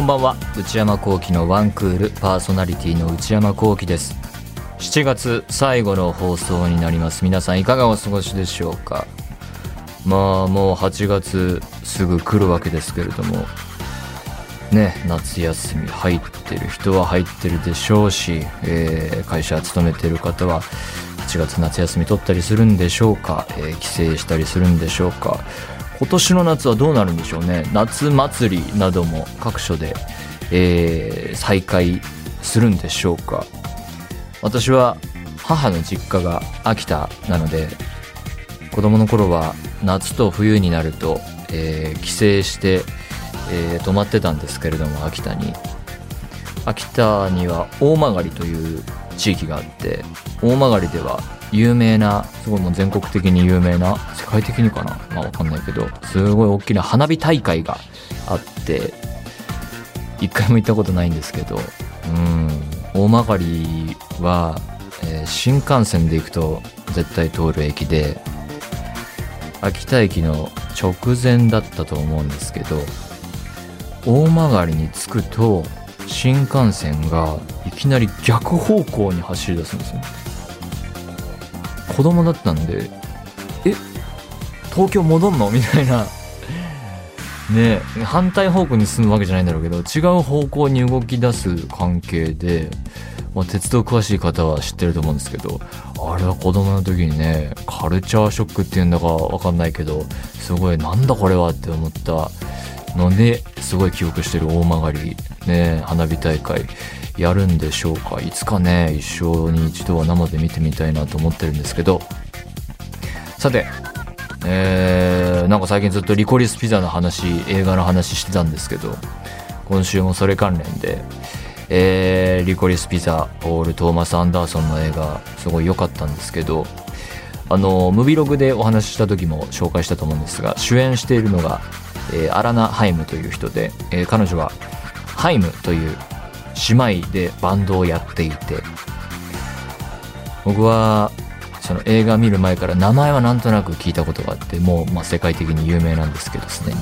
ばんは。内山聖輝のワンクールパーソナリティの内山聖輝です。7月最後の放送になります。皆さんいかがお過ごしでしょうか。もう8月すぐ来るわけですけれどもね、夏休み入ってる人は入ってるでしょうし、会社勤めてる方は8月夏休み取ったりするんでしょうか、帰省したりするんでしょうか。今年の夏はどうなるんでしょうね。夏祭りなども各所で、再開するんでしょうか。私は母の実家が秋田なので、子供の頃は夏と冬になると、帰省して、泊まってたんですけれども、秋田には大曲という地域があって、大曲では有名な、すごいもう全国的に有名な、世界的にかな、わかんないけど、すごい大きな花火大会があって、一回も行ったことないんですけど、大曲は、新幹線で行くと絶対通る駅で、秋田駅の直前だったと思うんですけど、大曲に着くと新幹線がいきなり逆方向に走り出すんですよ。子供だったんで、東京戻んのみたいなね、反対方向に進むわけじゃないんだろうけど、違う方向に動き出す関係で、鉄道詳しい方は知ってると思うんですけど、あれは子供の時にね、カルチャーショックっていうんだかわかんないけど、すごいなんだこれはって思ったので、すごい記憶してる大曲ね、花火大会やるんでしょうか。いつかね、一生に一度は生で見てみたいなと思ってるんですけど、さて、なんか最近ずっとリコリスピザの話、映画の話してたんですけど、今週もそれ関連で、リコリスピザポール・トーマス・アンダーソンの映画すごい良かったんですけど、ムビログでお話しした時も紹介したと思うんですが、主演しているのが、アラナ・ハイムという人で、彼女はハイムという姉妹でバンドをやっていて、僕はその映画見る前から名前はなんとなく聞いたことがあって、もう世界的に有名なんですけど、すでに、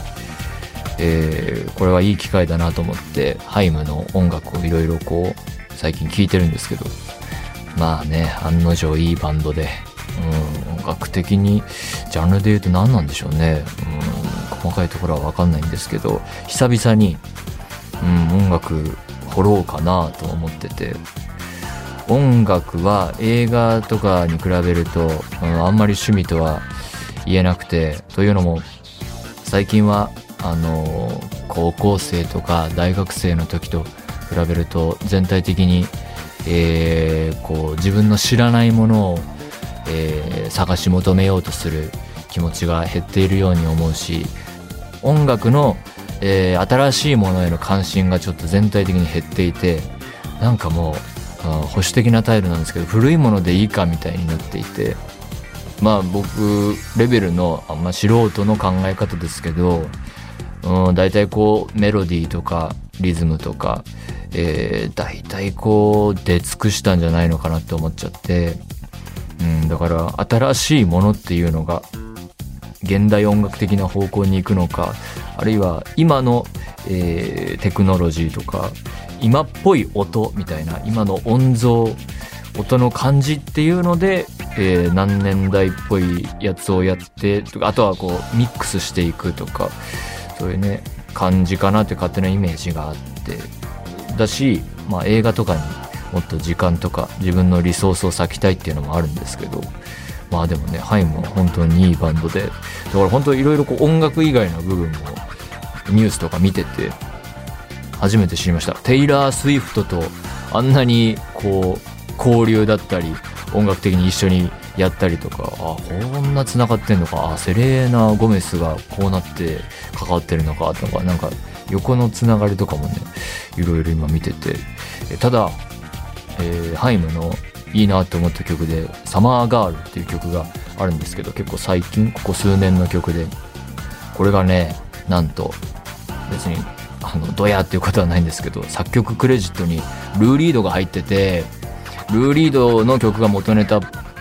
これはいい機会だなと思ってハイムの音楽をいろいろ最近聴いてるんですけど、案の定いいバンドで、音楽的にジャンルで言うと何なんでしょうね。細かいところは分かんないんですけど、久々に、音楽掘ろうかなと思ってて、音楽は映画とかに比べると、あんまり趣味とは言えなくて、というのも最近は高校生とか大学生の時と比べると全体的に、自分の知らないものを、探し求めようとする気持ちが減っているように思うし、音楽の、新しいものへの関心がちょっと全体的に減っていて、なんかもう保守的な態度なんですけど、古いものでいいかみたいになっていて、僕レベルの素人の考え方ですけど、だいたいメロディーとかリズムとか、だいたい出尽くしたんじゃないのかなって思っちゃって、だから新しいものっていうのが現代音楽的な方向に行くのか、あるいは今の、テクノロジーとか今っぽい音みたいな、今の音像、音の感じっていうので、何年代っぽいやつをやってとか、あとはミックスしていくとか、そういうね感じかなって勝手なイメージがあってだし、映画とかにもっと時間とか自分のリソースを割きたいっていうのもあるんですけど、でもね、ハイムは本当にいいバンドで、だから本当いろいろ音楽以外の部分もニュースとか見てて初めて知りました。テイラー・スウィフトとあんなに交流だったり音楽的に一緒にやったりとか、こんな繋がってんのか、セレーナ・ゴメスがこうなって関わってるのかとか、なんか横のつながりとかもね、いろいろ今見てて、ただ、ハイムのいいなって思った曲でサマーガールっていう曲があるんですけど、結構最近ここ数年の曲で、これがね、なんと別にドヤっていうことはないんですけど、作曲クレジットにルー・リードが入ってて、ルー・リードの曲が元ネタ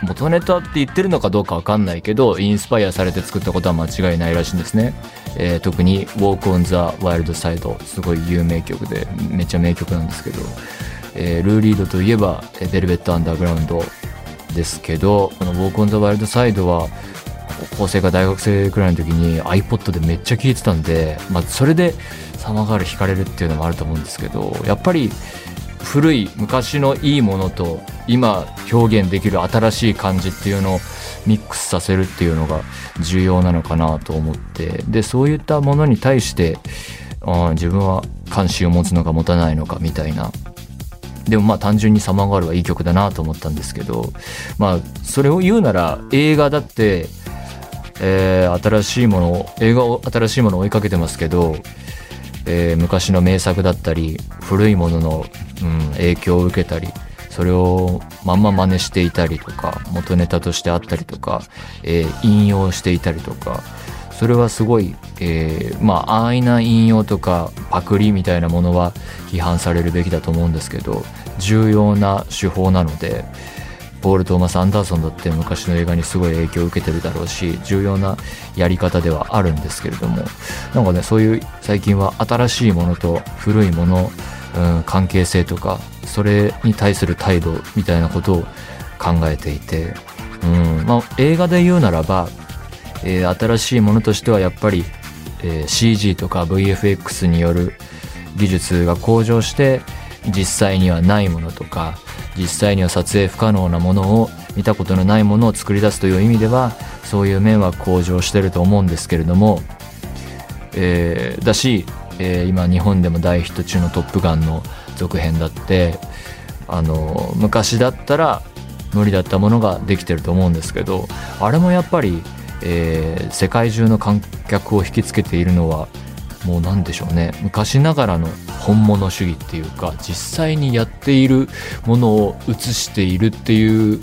元ネタって言ってるのかどうかわかんないけどインスパイアされて作ったことは間違いないらしいんですね。特に Walk on the Wild Side すごい有名曲でめっちゃ名曲なんですけど、ルー・リードといえばベルベット・アンダーグラウンドですけど、この Walk on the Wild Side は高校生か大学生くらいの時に iPod でめっちゃ聴いてたんで、それでサマーガール惹かれるっていうのもあると思うんですけど、やっぱり古い昔のいいものと今表現できる新しい感じっていうのをミックスさせるっていうのが重要なのかなと思って、でそういったものに対して自分は関心を持つのか持たないのかみたいな。でも単純にサマーガールはいい曲だなと思ったんですけど、それを言うなら映画だって、新しいものを追いかけてますけど、昔の名作だったり古いものの、影響を受けたりそれをまんま真似していたりとか元ネタとしてあったりとか、引用していたりとか、それはすごい、安易な引用とかパクリみたいなものは批判されるべきだと思うんですけど、重要な手法なので、ポール・トーマス・アンダーソンだって昔の映画にすごい影響を受けてるだろうし、重要なやり方ではあるんですけれども、なんかね、そういう最近は新しいものと古いもの、関係性とかそれに対する態度みたいなことを考えていて、映画で言うならば、新しいものとしてはやっぱり、CG とか VFX による技術が向上して実際にはないものとか実際には撮影不可能なものを見たことのないものを作り出すという意味ではそういう面は向上してると思うんですけれども、だし、今日本でも大ヒット中のトップガンの続編だって昔だったら無理だったものができてると思うんですけど、あれもやっぱり、世界中の観客を引きつけているのはもうなんでしょうね、昔ながらの本物主義っていうか実際にやっているものを映しているっていう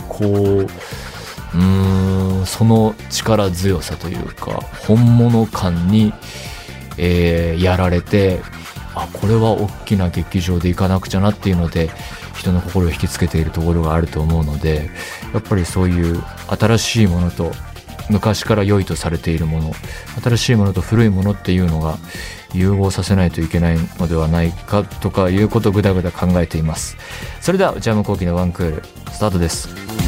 その力強さというか本物感に、やられて、これは大きな劇場で行かなくちゃなっていうので人の心を引きつけているところがあると思うので、やっぱりそういう新しいものと昔から良いとされているもの、新しいものと古いものっていうのが融合させないといけないのではないかとかいうことをぐだぐだ考えています。それでは内山聖輝のワンクールスタートです。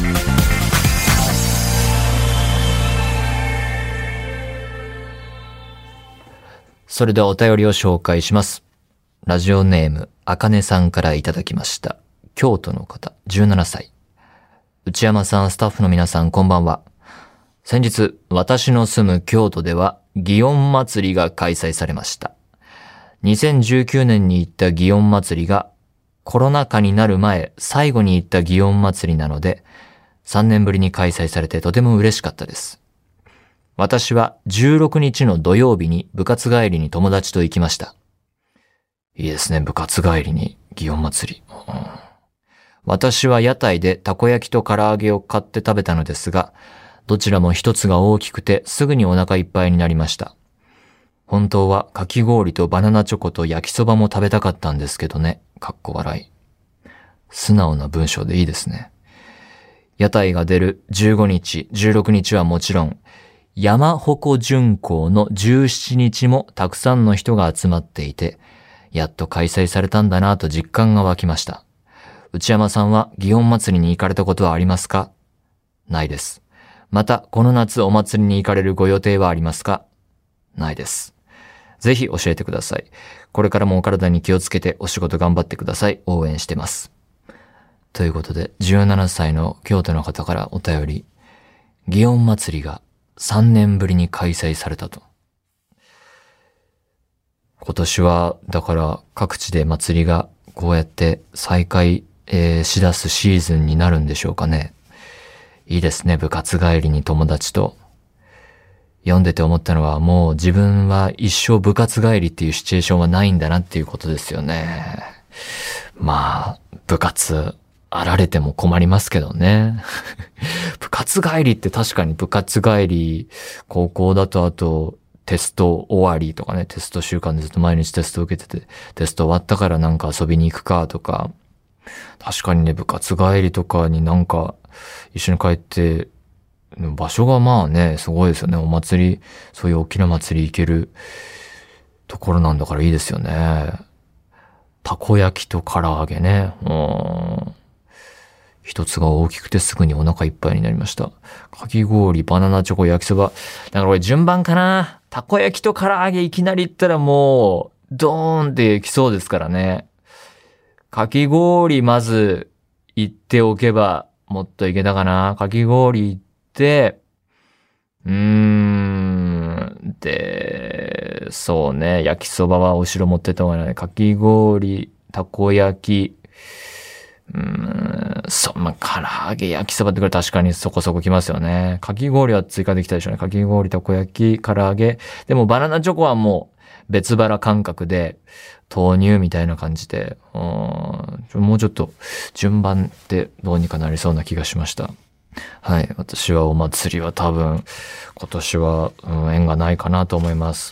それではお便りを紹介します。ラジオネームあかねさんからいただきました。京都の方、17歳。内山さん、スタッフの皆さん、こんばんは。先日、私の住む京都では祇園祭りが開催されました。2019年に行った祇園祭りがコロナ禍になる前最後に行った祇園祭りなので、3年ぶりに開催されてとても嬉しかったです。私は16日の土曜日に部活帰りに友達と行きました。いいですね、部活帰りに祇園祭り。私は屋台でたこ焼きと唐揚げを買って食べたのですが、どちらも一つが大きくてすぐにお腹いっぱいになりました。本当はかき氷とバナナチョコと焼きそばも食べたかったんですけどね。かっこ笑い。素直な文章でいいですね。屋台が出る15日、16日はもちろん、山鉾巡行の17日もたくさんの人が集まっていて、やっと開催されたんだなと実感が湧きました。内山さんは祇園祭りに行かれたことはありますか？ないです。また、この夏お祭りに行かれるご予定はありますか？ないです。ぜひ教えてください。これからもお体に気をつけてお仕事頑張ってください。応援してます。ということで、17歳の京都の方からお便り。祇園祭りが3年ぶりに開催されたと。今年は、だから各地で祭りがこうやって再開、しだすシーズンになるんでしょうかね。いいですね、部活帰りに友達と。読んでて思ったのは、もう自分は一生部活帰りっていうシチュエーションはないんだなっていうことですよね。部活あられても困りますけどね。部活帰りって確かに部活帰り、高校だとあとテスト終わりとかね、テスト週間でずっと毎日テスト受けてて、テスト終わったからなんか遊びに行くかとか、確かにね、部活帰りとかになんか一緒に帰って、場所がまあね、すごいですよね。お祭り、そういう大きな祭り行けるところなんだからいいですよね。たこ焼きと唐揚げね。一つが大きくてすぐにお腹いっぱいになりました。かき氷、バナナチョコ、焼きそば。だからこれ順番かな。たこ焼きと唐揚げいきなり行ったらもう、ドーンって来そうですからね。かき氷まず行っておけばもっといけたかな。かき氷行って、で、そうね、焼きそばはお城持ってった方がない。かき氷、たこ焼き、唐揚げ、焼きそばってこれ確かにそこそこ来ますよね。かき氷は追加できたでしょうね。かき氷、たこ焼き、唐揚げ。でもバナナチョコはもう別腹感覚で、豆乳みたいな感じで、もうちょっと順番ってどうにかなりそうな気がしました。はい。私はお祭りは多分、今年は、縁がないかなと思います。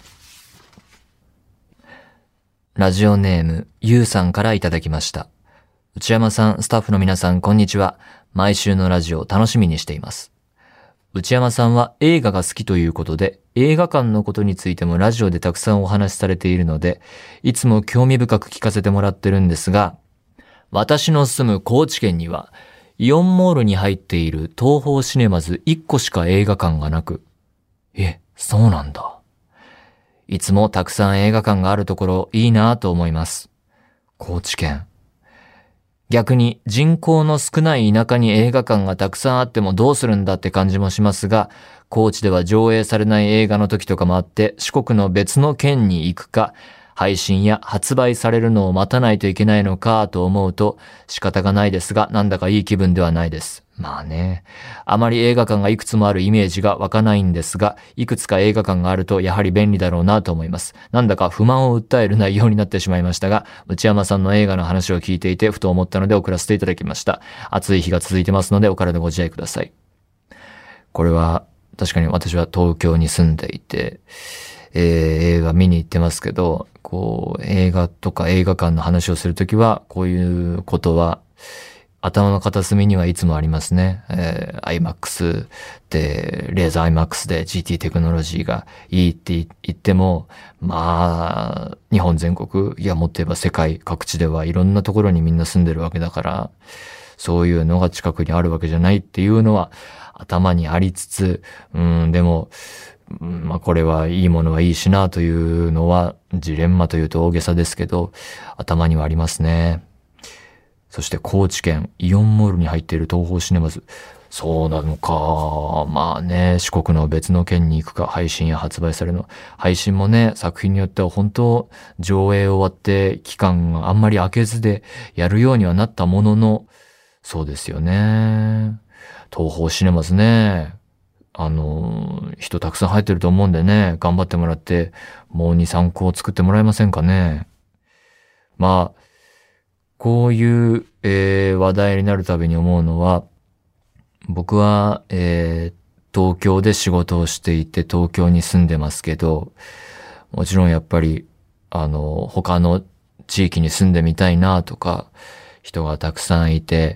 ラジオネーム、ゆうさんからいただきました。内山さん、スタッフの皆さん、こんにちは。毎週のラジオを楽しみにしています。内山さんは映画が好きということで、映画館のことについてもラジオでたくさんお話しされているので、いつも興味深く聞かせてもらってるんですが、私の住む高知県には、イオンモールに入っている東宝シネマズ1個しか映画館がなく、そうなんだ。いつもたくさん映画館があるところいいなぁと思います。高知県。逆に人口の少ない田舎に映画館がたくさんあってもどうするんだって感じもしますが、高知では上映されない映画の時とかもあって四国の別の県に行くか、配信や発売されるのを待たないといけないのかと思うと仕方がないですが、なんだかいい気分ではないです。まあね。あまり映画館がいくつもあるイメージが湧かないんですが、いくつか映画館があるとやはり便利だろうなと思います。なんだか不満を訴える内容になってしまいましたが、内山さんの映画の話を聞いていてふと思ったので送らせていただきました。暑い日が続いてますのでお体ご自愛ください。これは確かに私は東京に住んでいて、映画見に行ってますけど、映画とか映画館の話をするときは、こういうことは、頭の片隅にはいつもありますね。IMAX で、レーザー IMAX で GT テクノロジーがいいって言っても、まあ、日本全国、いやもっと言えば世界各地ではいろんなところにみんな住んでるわけだから、そういうのが近くにあるわけじゃないっていうのは頭にありつつ、でも、まあこれはいいものはいいしなというのはジレンマというと大げさですけど頭にはありますね。そして高知県イオンモールに入っている東宝シネマズ。そうなのか。まあね、四国の別の県に行くか、配信や発売されるの。配信もね、作品によっては本当上映終わって期間があんまり空けずでやるようにはなったものの、そうですよね。東宝シネマズね。人たくさん入ってると思うんでね、頑張ってもらって、もう2、3個作ってもらえませんかね。まあ、こういう、話題になるたびに思うのは、僕は、東京で仕事をしていて東京に住んでますけど、もちろんやっぱり、他の地域に住んでみたいなとか、人がたくさんいて、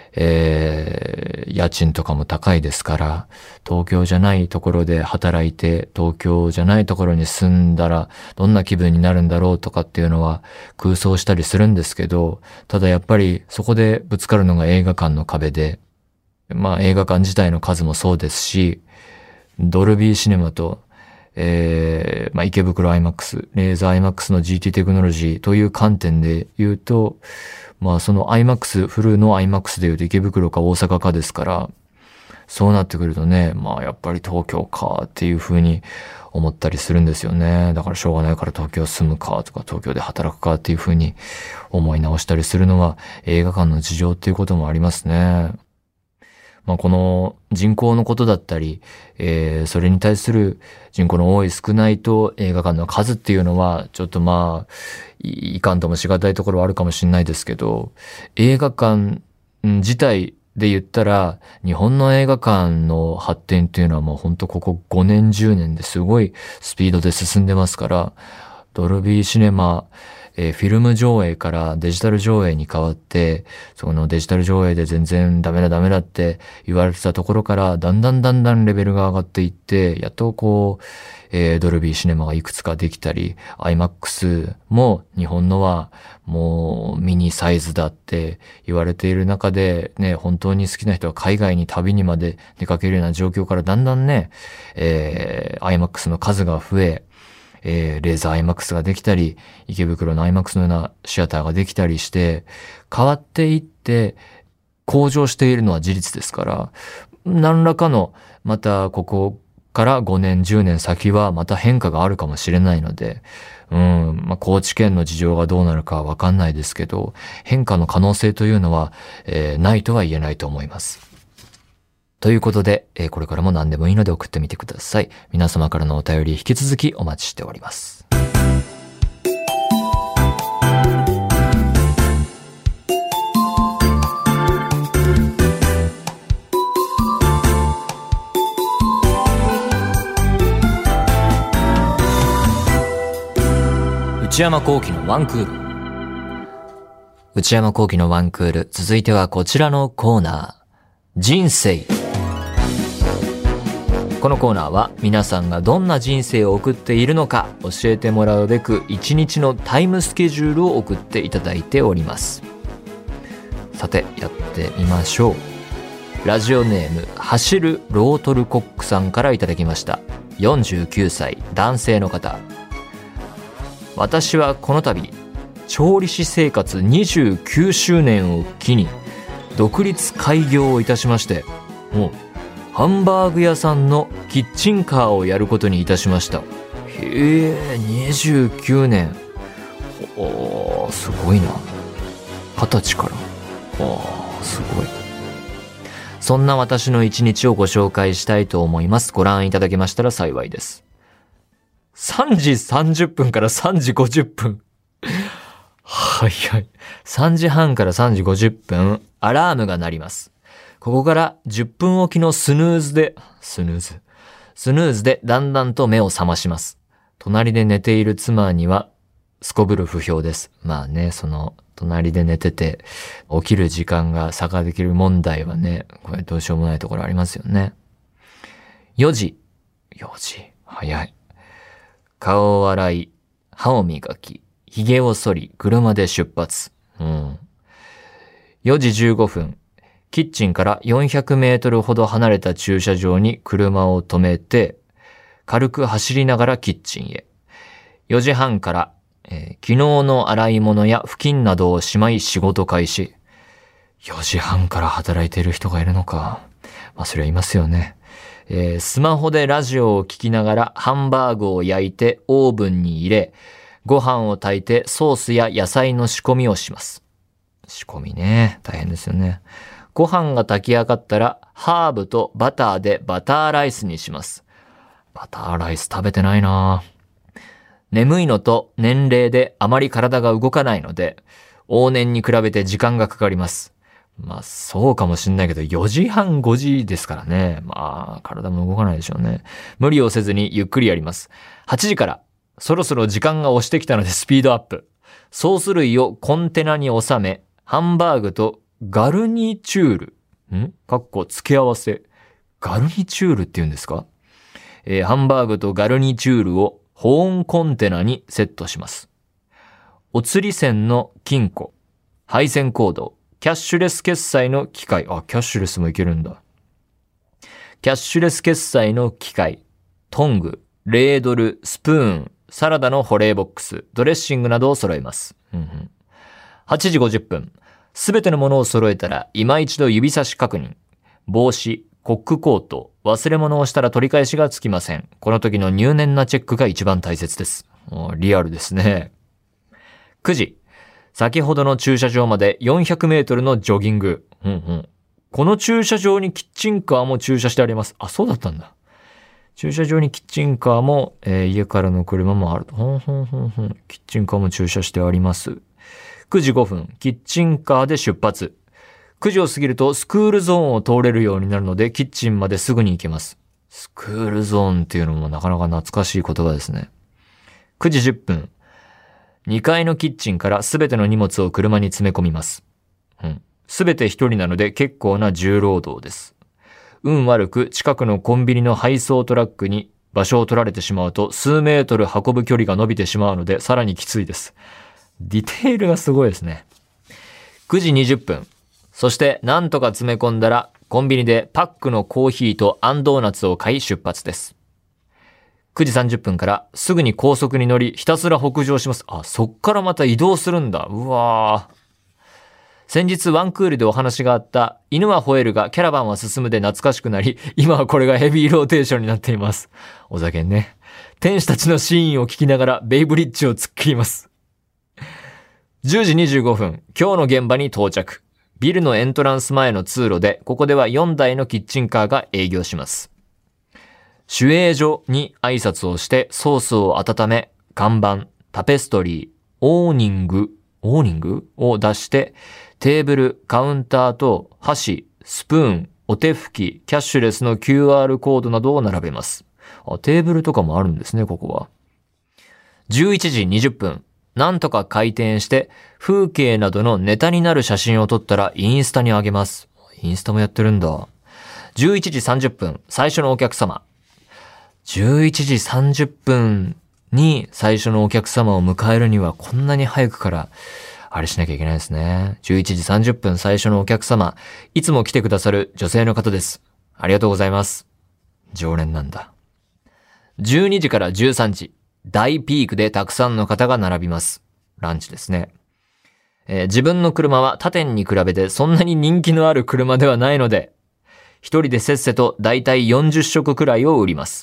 家賃とかも高いですから、東京じゃないところで働いて、東京じゃないところに住んだら、どんな気分になるんだろうとかっていうのは空想したりするんですけど、ただやっぱりそこでぶつかるのが映画館の壁で、まあ映画館自体の数もそうですし、ドルビーシネマと、池袋 IMAX、レーザー IMAX の GT テクノロジーという観点で言うと、まあその IMAX、フルの IMAX で言うと池袋か大阪かですから、そうなってくるとね、まあやっぱり東京かっていう風に思ったりするんですよね。だからしょうがないから東京住むかとか東京で働くかっていう風に思い直したりするのは映画館の事情っていうこともありますね。まあこの人口のことだったり、それに対する人口の多い少ないと映画館の数っていうのはちょっとまあいかんともしがたいところはあるかもしれないですけど、映画館自体で言ったら日本の映画館の発展っていうのはもう本当ここ5年10年ですごいスピードで進んでますから、ドルビーシネマ、 フィルム上映からデジタル上映に変わって、そのデジタル上映で全然ダメだって言われてたところから、だんだんレベルが上がっていって、やっとこう、ドルビーシネマがいくつかできたり、IMAX も日本のはもうミニサイズだって言われている中で、ね、本当に好きな人は海外に旅にまで出かけるような状況からだんだんね、IMAX の数が増え、レーザー IMAX ができたり、池袋の IMAX のようなシアターができたりして、変わっていって、向上しているのは事実ですから、何らかの、またここから5年、10年先はまた変化があるかもしれないので、高知県の事情がどうなるかはわかんないですけど、変化の可能性というのは、ないとは言えないと思います。ということで、これからも何でもいいので送ってみてください。皆様からのお便り引き続きお待ちしております。内山聖輝のワンクール。内山聖輝のワンクール。続いてはこちらのコーナー。人生。このコーナーは皆さんがどんな人生を送っているのか教えてもらうべく一日のタイムスケジュールを送っていただいております。さてやってみましょう。ラジオネーム走るロートルコックさんからいただきました。49歳男性の方。私はこの度調理師生活29周年を機に独立開業をいたしまして、ハンバーグ屋さんのキッチンカーをやることにいたしました。へえ、29年。すごいな。20歳から。すごい。そんな私の一日をご紹介したいと思います。ご覧いただけましたら幸いです。3時30分から3時50分。はい。3時半から3時50分、アラームが鳴ります。ここから10分おきのスヌーズでだんだんと目を覚まします。隣で寝ている妻にはすこぶる不評です。まあね、その隣で寝てて起きる時間が差ができる問題はね、これどうしようもないところありますよね。4時。早い。顔を洗い、歯を磨き、髭を剃り、車で出発。4時15分。キッチンから400メートルほど離れた駐車場に車を止めて、軽く走りながらキッチンへ。4時半から、昨日の洗い物や布巾などをしまい仕事開始。4時半から働いている人がいるのか。まあそれはいますよね。スマホでラジオを聞きながらハンバーグを焼いてオーブンに入れ、ご飯を炊いてソースや野菜の仕込みをします。仕込みね、大変ですよね。ご飯が炊き上がったらハーブとバターでバターライスにします。バターライス食べてないな。眠いのと年齢であまり体が動かないので、往年に比べて時間がかかります。まあそうかもしんないけど4時半5時ですからね。まあ体も動かないでしょうね。無理をせずにゆっくりやります。8時からそろそろ時間が押してきたのでスピードアップ。ソース類をコンテナに収め、ハンバーグとガルニチュール。付け合わせ。ガルニチュールって言うんですか？ハンバーグとガルニチュールを保温コンテナにセットします。お釣り銭の金庫、配線コード、キャッシュレス決済の機械。キャッシュレスもいけるんだ。キャッシュレス決済の機械、トング、レードル、スプーン、サラダの保冷ボックス、ドレッシングなどを揃えます。8時50分。すべてのものを揃えたら、今一度指差し確認。帽子、コックコート、忘れ物をしたら取り返しがつきません。この時の入念なチェックが一番大切です。リアルですね。9時。先ほどの駐車場まで400メートルのジョギング。この駐車場にキッチンカーも駐車してあります。そうだったんだ。駐車場にキッチンカーも、家からの車もあると。キッチンカーも駐車してあります。9時5分、キッチンカーで出発。9時を過ぎるとスクールゾーンを通れるようになるので、キッチンまですぐに行けます。スクールゾーンっていうのもなかなか懐かしい言葉ですね。9時10分、 2階のキッチンからすべての荷物を車に詰め込みます。すべて一人なので結構な重労働です。運悪く近くのコンビニの配送トラックに場所を取られてしまうと数メートル運ぶ距離が伸びてしまうのでさらにきついです。ディテールがすごいですね。9時20分。そしてなんとか詰め込んだらコンビニでパックのコーヒーとあんドーナツを買い出発です。9時30分からすぐに高速に乗りひたすら北上します。そっからまた移動するんだ。うわー。先日ワンクールでお話があった犬は吠えるがキャラバンは進むで懐かしくなり、今はこれがヘビーローテーションになっています。お酒ね。天使たちのシーンを聞きながらベイブリッジを突っ切ります。10時25分、今日の現場に到着。ビルのエントランス前の通路で、ここでは4台のキッチンカーが営業します。守衛所に挨拶をしてソースを温め、看板、タペストリー、オーニングを出して、テーブル、カウンターと箸、スプーン、お手拭き、キャッシュレスの QR コードなどを並べます。テーブルとかもあるんですね、ここは。11時20分。なんとか回転して風景などのネタになる写真を撮ったらインスタに上げます。インスタもやってるんだ。11時30分、最初のお客様。11時30分に最初のお客様を迎えるにはこんなに早くからあれしなきゃいけないですね。11時30分最初のお客様。いつも来てくださる女性の方です。ありがとうございます。常連なんだ。12時から13時。大ピークでたくさんの方が並びます。ランチですね。自分の車は他店に比べてそんなに人気のある車ではないので、一人でせっせとだいたい40食くらいを売ります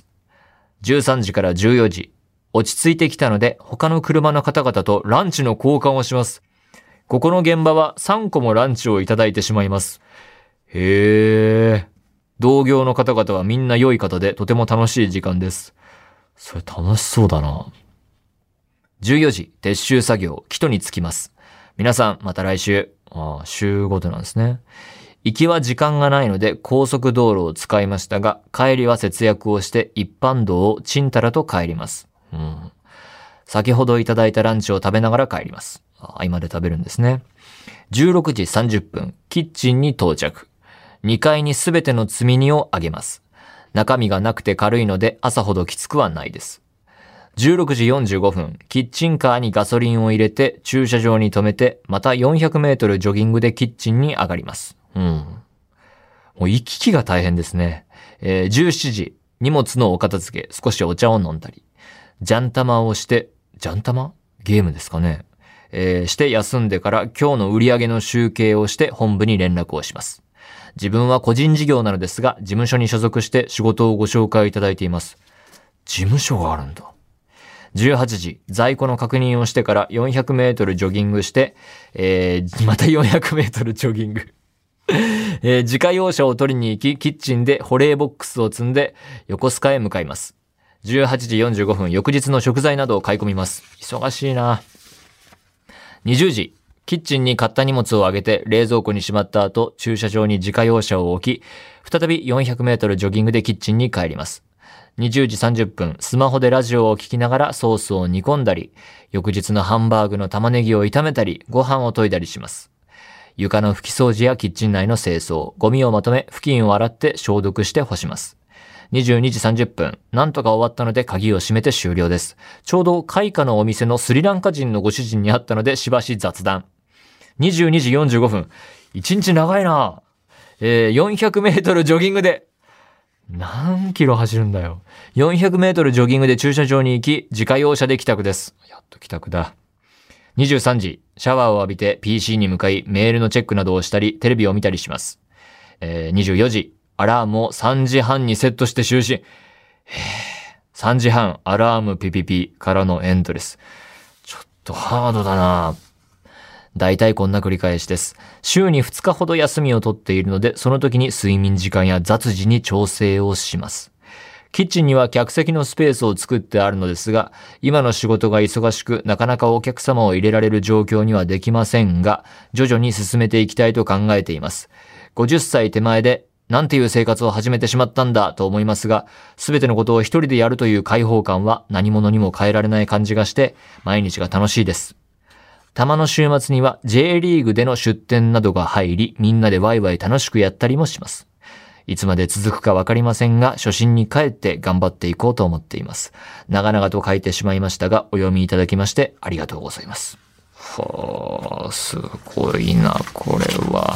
。13時から14時。落ち着いてきたので他の車の方々とランチの交換をします。ここの現場は3個もランチをいただいてしまいます。へー。同業の方々はみんな良い方でとても楽しい時間です。それ楽しそうだな。14時、撤収作業、帰途に着きます。皆さん、また来週。週ごとなんですね。行きは時間がないので高速道路を使いましたが、帰りは節約をして一般道をちんたらと帰ります。先ほどいただいたランチを食べながら帰ります。合間で食べるんですね。16時30分、キッチンに到着。2階にすべての積み荷をあげます。中身がなくて軽いので朝ほどきつくはないです。16時45分、キッチンカーにガソリンを入れて駐車場に停めて、また400メートルジョギングでキッチンに上がります。もう行き来が大変ですね。17時、荷物のお片付け、少しお茶を飲んだり、ジャン玉をして、ジャン玉？ゲームですかね。して休んでから今日の売り上げの集計をして本部に連絡をします。自分は個人事業なのですが、事務所に所属して仕事をご紹介いただいています。事務所があるんだ。18時、在庫の確認をしてから400メートルジョギングして、また400メートルジョギング。自家用車を取りに行き、キッチンで保冷ボックスを積んで、横須賀へ向かいます。18時45分、翌日の食材などを買い込みます。忙しいな。20時、キッチンに買った荷物をあげて冷蔵庫にしまった後、駐車場に自家用車を置き、再び400メートルジョギングでキッチンに帰ります。20時30分、スマホでラジオを聞きながらソースを煮込んだり、翌日のハンバーグの玉ねぎを炒めたり、ご飯を研いだりします。床の拭き掃除やキッチン内の清掃、ゴミをまとめ、布巾を洗って消毒して干します。22時30分、なんとか終わったので鍵を閉めて終了です。ちょうど開花のお店のスリランカ人のご主人に会ったのでしばし雑談。22時45分、1日長いな。400メートルジョギングで、何キロ走るんだよ。400メートルジョギングで駐車場に行き、自家用車で帰宅です。やっと帰宅だ。23時、シャワーを浴びて PC に向かい、メールのチェックなどをしたり、テレビを見たりします。24時、アラームを3時半にセットして就寝。3時半、アラームピピピからのエントレス。ちょっとハードだな。だいたいこんな繰り返しです。週に2日ほど休みを取っているので、その時に睡眠時間や雑事に調整をします。キッチンには客席のスペースを作ってあるのですが、今の仕事が忙しく、なかなかお客様を入れられる状況にはできませんが、徐々に進めていきたいと考えています。50歳手前でなんていう生活を始めてしまったんだと思いますが、すべてのことを一人でやるという解放感は何者にも変えられない感じがして、毎日が楽しいです。たまの週末には J リーグでの出展などが入り、みんなでワイワイ楽しくやったりもします。いつまで続くかわかりませんが、初心に帰って頑張っていこうと思っています。長々と書いてしまいましたが、お読みいただきましてありがとうございます。はあ、すごいな、これは。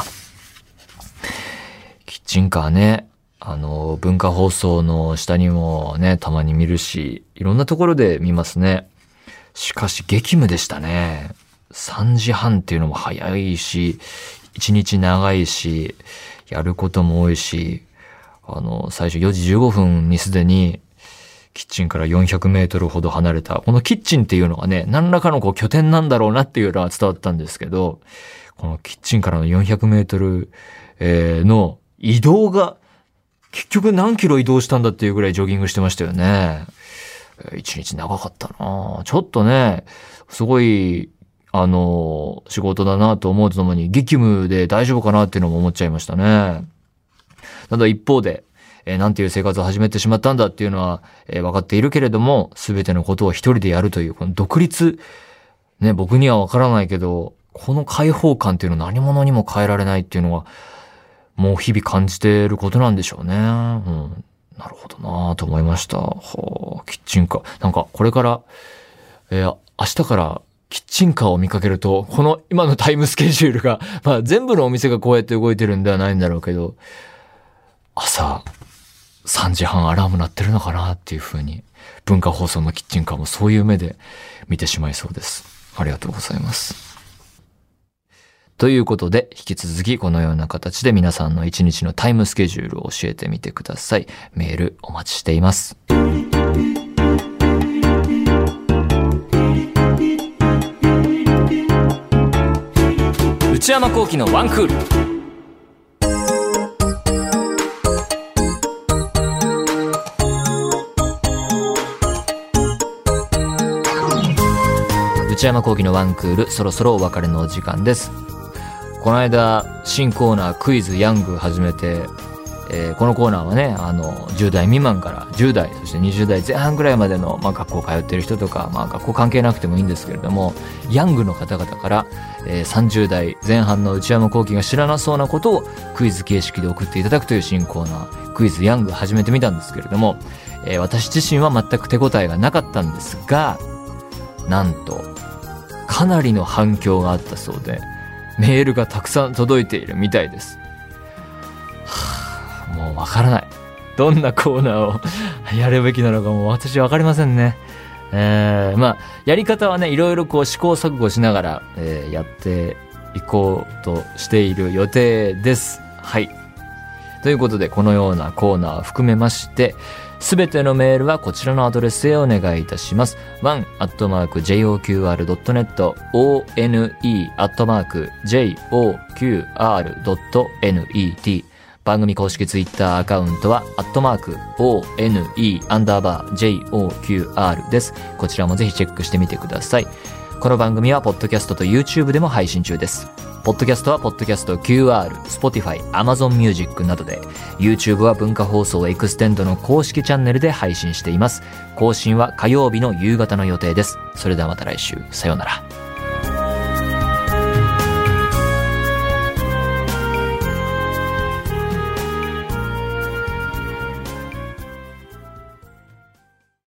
キッチンカーね、文化放送の下にもね、たまに見るし、いろんなところで見ますね。しかし激務でしたね。3時半っていうのも早いし、1日長いし、やることも多いし、最初4時15分にすでに、キッチンから400メートルほど離れた、このキッチンっていうのがね、何らかの拠点なんだろうなっていうのは伝わったんですけど、このキッチンからの400メートル、の移動が、結局何キロ移動したんだっていうぐらいジョギングしてましたよね。一日長かったな。ちょっとね、すごい、仕事だなと思うとともに、激務で大丈夫かなっていうのも思っちゃいましたね。ただ一方で、なんていう生活を始めてしまったんだっていうのは、分かっているけれども、すべてのことを一人でやるという、この独立、ね、僕には分からないけど、この解放感っていうのは何者にも変えられないっていうのは、もう日々感じていることなんでしょうね。なるほどなぁと思いました。キッチンカー。なんかこれから、明日からキッチンカーを見かけると、この今のタイムスケジュールが、まあ全部のお店がこうやって動いてるんではないんだろうけど、朝3時半アラーム鳴ってるのかなっていう風に、文化放送のキッチンカーもそういう目で見てしまいそうです。ありがとうございます。ということで、引き続きこのような形で皆さんの一日のタイムスケジュールを教えてみてください。メールお待ちしています。内山聖輝のワンクール。内山聖輝のワンクール、そろそろお別れのお時間です。この間新コーナークイズヤング始めて、このコーナーはね、10代未満から10代、そして20代前半ぐらいまでの、学校通ってる人とか、学校関係なくてもいいんですけれども、ヤングの方々から、30代前半の内山聖輝が知らなそうなことをクイズ形式で送っていただくという新コーナー、クイズヤング始めてみたんですけれども、私自身は全く手応えがなかったんですが、なんとかなりの反響があったそうで、メールがたくさん届いているみたいです。もうわからない。どんなコーナーをやるべきなのかもう私わかりませんね。やり方はね、いろいろこう試行錯誤しながら、やっていこうとしている予定です。はい。ということで、このようなコーナーを含めまして、すべてのメールはこちらのアドレスへお願いいたします。one@joqr.net one@joqr.net 番組公式ツイッターアカウントは@one_joqr です。こちらもぜひチェックしてみてください。この番組はポッドキャストと YouTube でも配信中です。ポッドキャストはポッドキャスト QR、Spotify、Amazon Music などで、YouTube は文化放送エクステンドの公式チャンネルで配信しています。更新は火曜日の夕方の予定です。それではまた来週。さようなら。